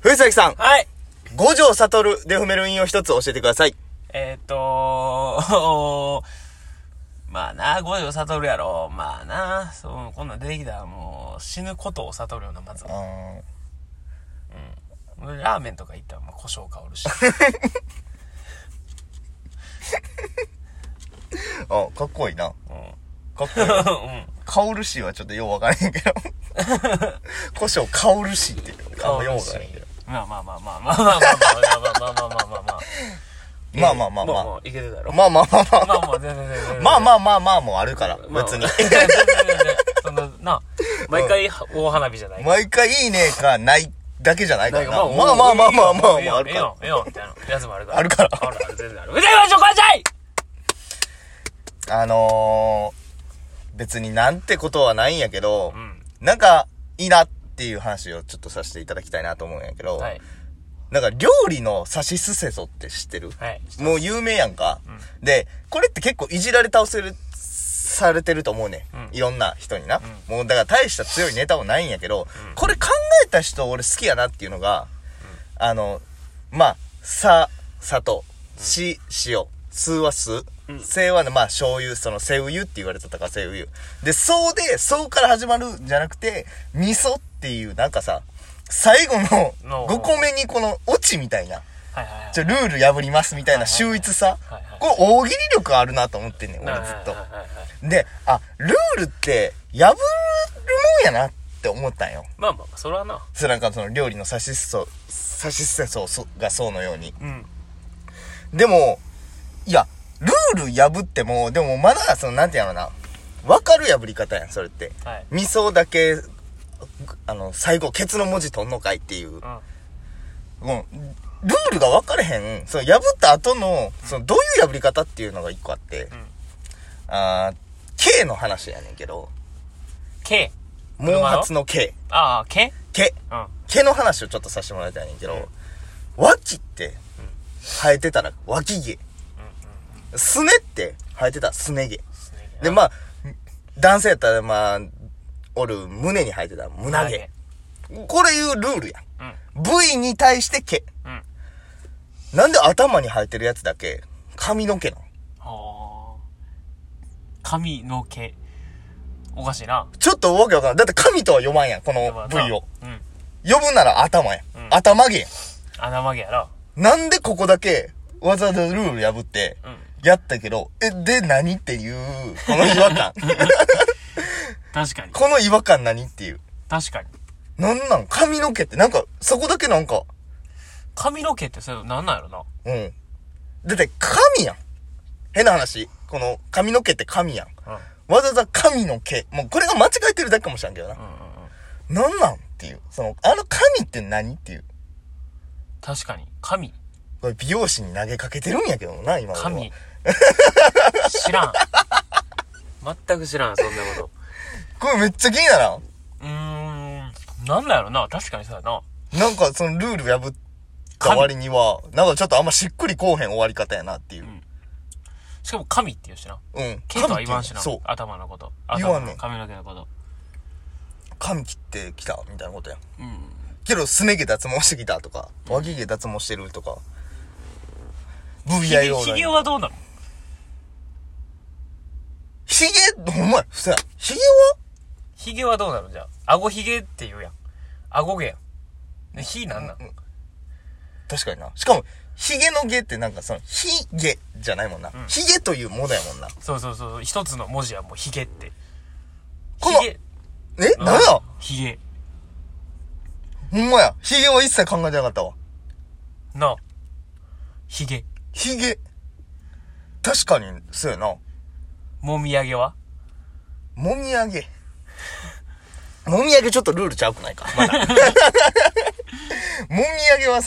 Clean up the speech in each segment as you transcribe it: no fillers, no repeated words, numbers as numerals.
藤崎さん。 はい。 五条悟で踏める韻を一つ教えてください。 まあな、五条悟やろ。まあな、そう、こんなん出てきたらもう死ぬことを悟るような、まず。ラーメンとか行ったらまあ胡椒香るし。 あ、かっこいいな。 うん。 かっこいい。香るしはちょっとようわからへんけど。胡椒香るしっていう。あんまようわからへんけど。 まあ。いけてたろ。 まあ全然。 まあもうあるから、別に。 全然。そんな、毎回大花火じゃない。 毎回いいねかないだけじゃないからな。まああるから。 ええよ、みたいなやつもあるから。 あるから。 全然ある。うざいわ、ちょ、こんちゃい別になんてことはないんやけど、なんか、いいなっていう話をちょっとさせていただきたいなと思うんやけど、なんか料理のさしすせそって知ってる？ はい。 もう有名やんか。で、これって結構いじられされてると思うね。いろんな人にな。もうだから大した強いネタもないんやけど、これ考えた人俺好きやなっていうのが、まあ、砂糖、塩、酢は酢、せはね、まあ醤油、そのせうゆって言われてたからせうゆ。で、そうから始まるんじゃなくて、味噌っていうなんかさ、最後の5個目にこのオチみたいな、ルール破りますみたいな秀逸さ、これ大喜利力あるなと思ってんねん、俺ずっと。で、ルールって破るもんやなって思ったんよ。 まあ、それはな。 それなんかその料理のさしすせそがそうのように。でも、いや、ルール破っても、でもまだその、なんていうのな、わかる破り方やん、それって。味噌だけ、最後、ケツの文字取んのかいっていう。ルールが分かれへん。その破った後の、そのどういう破り方っていうのが一個あって、K の話やねんけど。 K？ 毛髪の K。 K？ 毛の話をちょっとさせてもらいたいねんけど、脇って、生えてたら脇毛。すねって生えてたらすね毛。で、まあ、男性やったらまあ、胸に生えてたら胸毛。これいうルールやん。部位に対して毛。なんで頭に生えてるやつだけ髪の毛なの？ 髪の毛。おかしいな。 ちょっとわけわからん。だって髪とは読まんやん、この部位を。呼ぶなら頭やん。頭毛やん。 頭毛やな。 なんでここだけわざわざルール破って、やったけど、で何っていう、この違和感。 確かに。 この違和感何っていう。 確かに。 なん髪の毛ってなんか、そこだけなんか。 髪の毛ってそれなんなんやろな。 だって髪やん。変な話。この髪の毛って髪やん。わざわざ髪の毛。もうこれが間違えてるだけかもしれんけどな。なんっていう。髪って何っていう。 確かに。髪。 これ美容師に投げかけてるんやけどな、今のは。 髪。知らん。全く知らん、そんなこと。 これめっちゃ気にならん？ なんだやろな、確かにそうやな。 なんかそのルール破った割には、なんかちょっとあんましっくりこうへん終わり方やなっていう。 しかも髪って言うしな。毛とは言わんしな。そう。頭のこと。 言わんねん。 髪の毛のこと。 髪切ってきたみたいなことやん。けど、すね毛脱毛してきたとか、脇毛脱毛してるとか。VIO ひげはどうなの？ ひげ、ほんまや。ひげは？ ひげはどうなのじゃあ。顎ひげって言うやん。顎毛やん。ひなんなん？ 確かにな。しかも、ひげの毛ってなんかひげじゃないもんな。ひげというものやもんな。 そう。一つの文字はもうひげって。 ひげ。なんや？ ひげ。 ほんまや。ひげは一切考えてなかったわ。 なあ。ひげ。 確かに、そうやな。 もみあげは？ もみあげちょっとルールちゃうくないか。まだ。もみあげは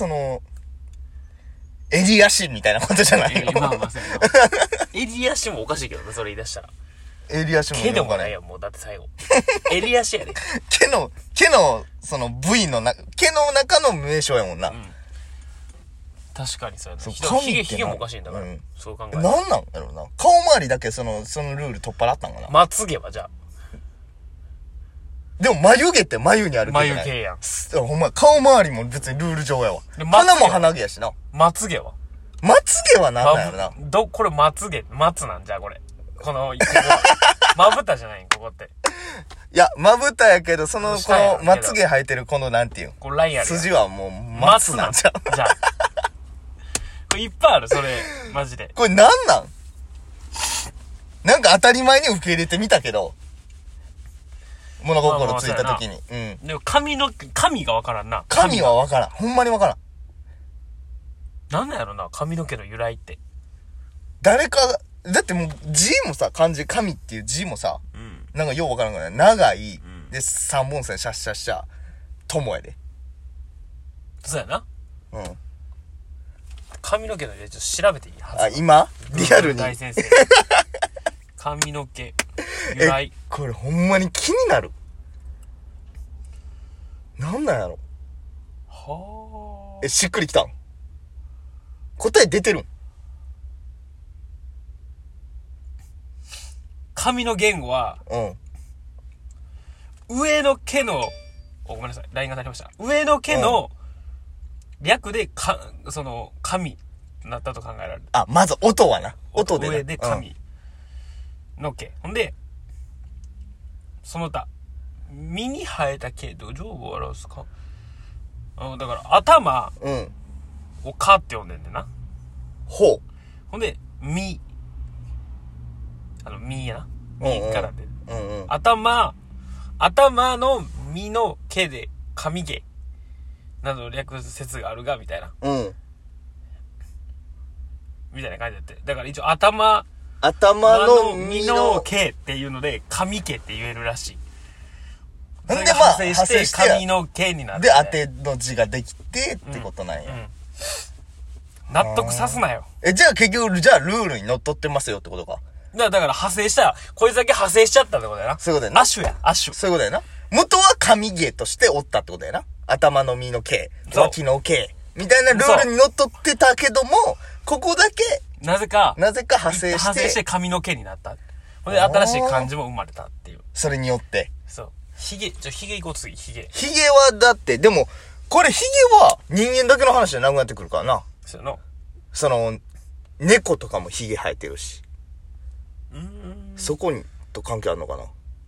襟足みたいなことじゃないの？ まあそうやな。襟足もおかしいけどな、それ言い出したら。 襟足も。 毛でもないやん、もう。だって最後。襟足やで。 毛の、部位の毛の中の名称やもんな。 確かにそうやな。ひげもおかしいんだから。そう考える。 なんやろな。顔周りだけそのルール取っ払ったんかな。 まつげはじゃあ。 でも眉毛って眉にある眉毛やん。 ほんま、顔周りも別にルール上やわ。 で鼻も鼻毛やしな。 まつげはまつげはなんなんやろな。 これまつげ、松なんじゃ、これ。この、ここは。まぶたじゃないん、ここって。 いや、まぶたやけど、この下やろまつげ生えてるこのなんていうん。 これラインある。 筋はもう、松なんちゃう。 じゃあ。これいっぱいある、それ、マジで。 これなんなんなんか当たり前に受け入れてみたけど、物心ついた時に。うん。 でも髪がわからんな。 髪はわからん。ほんまにわからん。 なんなんやろな、髪の毛の由来って。 誰かが、だってもう字もさ、漢字、髪っていう字もさ、 うん。 なんかようわからんから長い、 んで、三本線シャッシャッシャ、友やで。 そうやな。 うん。 髪の毛の由来ちょっと調べていいはず。 あ、今リアルに。 大先生。髪の毛、由来。 これほんまに気になる。なんなんやろ。 はあ。 しっくりきたん？答え出てるん？ 髪の言語は、 うん。 上の毛の、ごめんなさい、ラインが足りました。上の毛の略で、髪になったと考えられる。 あ、まず音はな。音でな。 上で髪の毛。ほんで、その他、身に生えた毛、上部を表すか。だから、頭うん。うん。 をかって呼んでんねんな。 ほう。 ほんで、身やな。身からで。 うんうん。 頭の身の毛で髪毛などの略説があるが、みたいな。 うん。 みたいな感じだって。だから一応頭の身の毛っていうので、髪毛って言えるらしい。 ほんで派生して髪の毛になる、 で、当ての字ができてってことなんや。 納得さすなよ。 じゃあ結局、じゃあルールにのっとってますよってことか。 だから派生したら、こいつだけ派生しちゃったってことやな。 そういうことやな。 亜種や、亜種。 そういうことやな。元は髪毛としておったってことやな。頭の身の毛、脇の毛、みたいなルールにのっとってたけども、ここだけ、 なぜか派生して髪の毛になった。ほんで、新しい漢字も生まれたっていう。 それによって。 そう。ヒゲ行こう次、ヒゲ。 ヒゲはだって、でも、これヒゲは人間だけの話じゃなくなってくるからな。 そうやな。 猫とかもヒゲ生えてるし。そこに、と関係あるのかな。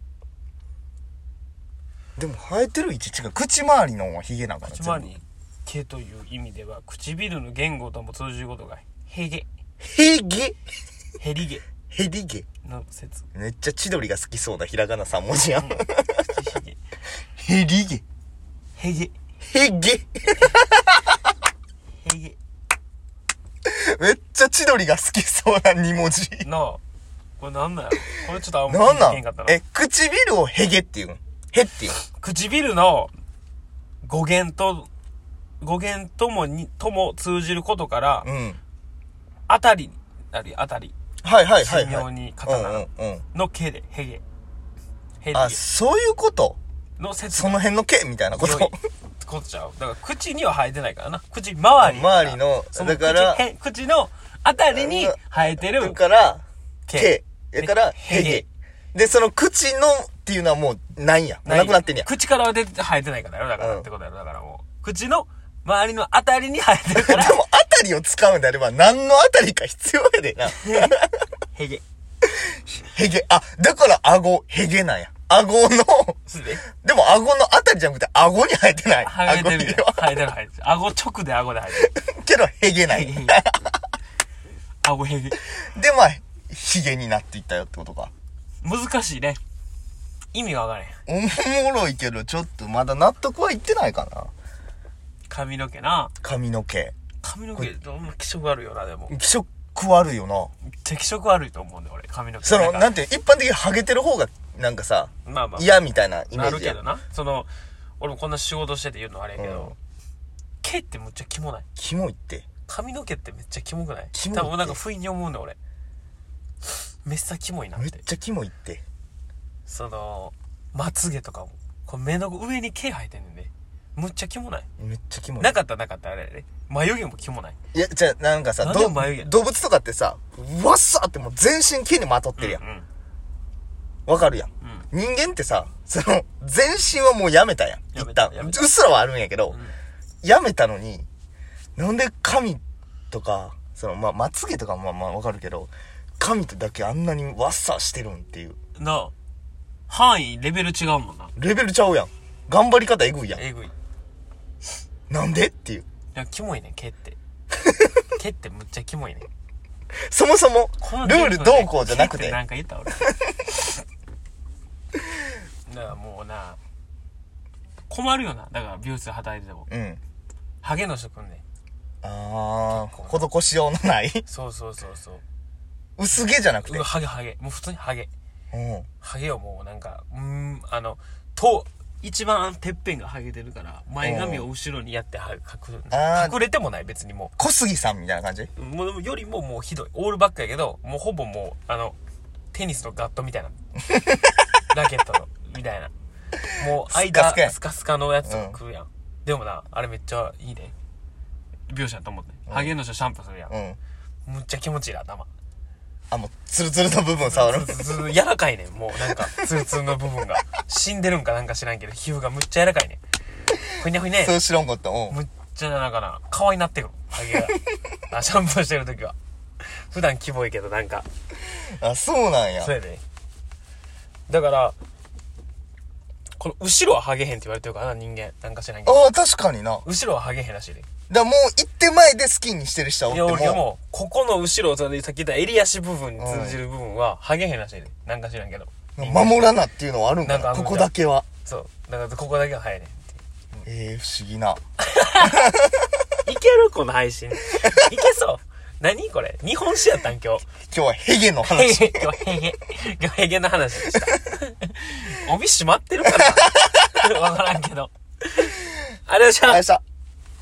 でも生えてる位置違う。口周りのヒゲなんかな。 口周りに毛という意味では、唇の言語とも通じることが、ヘゲ。 ヘゲヘリゲ。 ヘリゲの説。 めっちゃ千鳥が好きそうなひらがな3文字やん。 口ヒゲ。 ヘリゲヘゲ。 ヘゲヘゲ。 めっちゃ千鳥が好きそうな2文字。 なあ。これなんだよ。これちょっとあんまなんなん聞いてへんかったな。 唇をヘゲって言うん？ヘって言う唇の語源とも通じることから、 うん。 あたり。 はいはいはい、 神妙はい。 に刀の毛で、ヘゲ。ヘリゲあ、そういうことの説その辺の毛みたいなことことちゃう。だから口には生えてないからな。口周り。 周りの、だから口のあたりに生えてるだから、 毛。 だから、ヘゲ。で、その口のっていうのはもうないんや。なくなってんや。 口からは生えてないからよ。だからってことやろ。だからもう。口の周りのあたりに生えてるから。 でも、あたりを使うんであれば、何のあたりか必要やでな。 ヘゲ。 ヘゲ。あ、だから顎、ヘゲなんや。顎の、でも顎のあたりじゃなくて、顎に生えてない。 生えてるよ。生えてる。顎直で顎で生えてる。 けど、ヘゲない。 顎ヘゲ。 で、まあ、ヒゲになっていったよってことか。 難しいね。意味がわからへん。 おもろいけど、ちょっとまだ納得はいってないかな。 髪の毛な。 髪の毛。 髪の毛、どんな気色悪いよな、でも。 気色悪いよな。 めっちゃ気色悪いと思うんだよ、俺、髪の毛。 なんて、一般的にハゲてる方が、なんかさ、 まあまあ。 嫌みたいなイメージや。 あるけどな。俺もこんな仕事してて言うのあれやけど、毛ってむっちゃキモない？ キモいって。 髪の毛ってめっちゃキモくない？ キモいって。 多分なんか不意に思うんだよ、俺。めっちゃキモいなって。 めっちゃキモいって。 まつげとかも。これ目の上に毛生えてんねんね。むっちゃキモない？ めっちゃキモい。 なかったあれね。眉毛もキモない？ いや、じゃあなんかさ、動物とかってさ、わっさーってもう全身毛にまとってるやん。わかるやん。 人間ってさ、全身はもうやめたやん。一旦。うっすらはあるんやけど、やめたのに、なんで髪とか、まつげとかもまあわかるけど、髪とだけあんなにわっさしてるんっていう。 なあ。範囲、レベル違うもんな。 レベルちゃうやん。頑張り方えぐいやん。 えぐい。 なんでっていう。 いや、キモいね、毛って。毛ってむっちゃキモいね。 そもそも、ルールどうこうじゃなくて。 なんか言った俺。だからもうな、困るよな。だから美容室で働いてても。 うん。 ハゲの人くんね。 施しようのない。 そうそうそうそう。 薄毛じゃなくて。 ハゲ。もう普通にハゲ。 うん。 ハゲをもうなんか、一番てっぺんがハゲてるから、前髪を後ろにやって隠れてもない別にもう。 小杉さんみたいな感じ？ もうよりももうひどい。オールバックやけど、もうほぼもう、テニスのガットみたいな。ラケットの、みたいな。もう間、スカスカのやつとか来るやん。でもな、あれめっちゃいいね。美容師やと思って。ハゲの人シャンプーするやん。むっちゃ気持ちいいな、頭。 もう、ツルツルの部分触る。 柔らかいねん、もうなんか、ツルツルの部分が。死んでるんかなんか知らんけど、皮膚がむっちゃ柔らかいねん。ふにゃふにゃ。 そう知らんかった。 むっちゃなんかな、可愛なってくる。ハゲが。シャンプーしてるときは。普段キモいけどなんか。 そうなんや。 そうやで。だから、この後ろはハゲへんって言われてるからな、人間。なんか知らんけど。 確かにな。 後ろはハゲへんらしいで。 だからもう行って前でスキンにしてる人はおっても。 いや、俺も、ここの後ろ、さっき言った襟足部分に通じる部分は、ハゲへんらしいで。なんか知らんけど。 守らなっていうのはあるんかな、ここだけは。 そう。だからここだけは早いねんっていう。 不思議な。 いけるこの配信。いけそう。何これ日本史やったん今日。 今日はヘゲの話。 今日ヘゲの話でした。帯閉まってるかなわからんけど。ありがとうございました。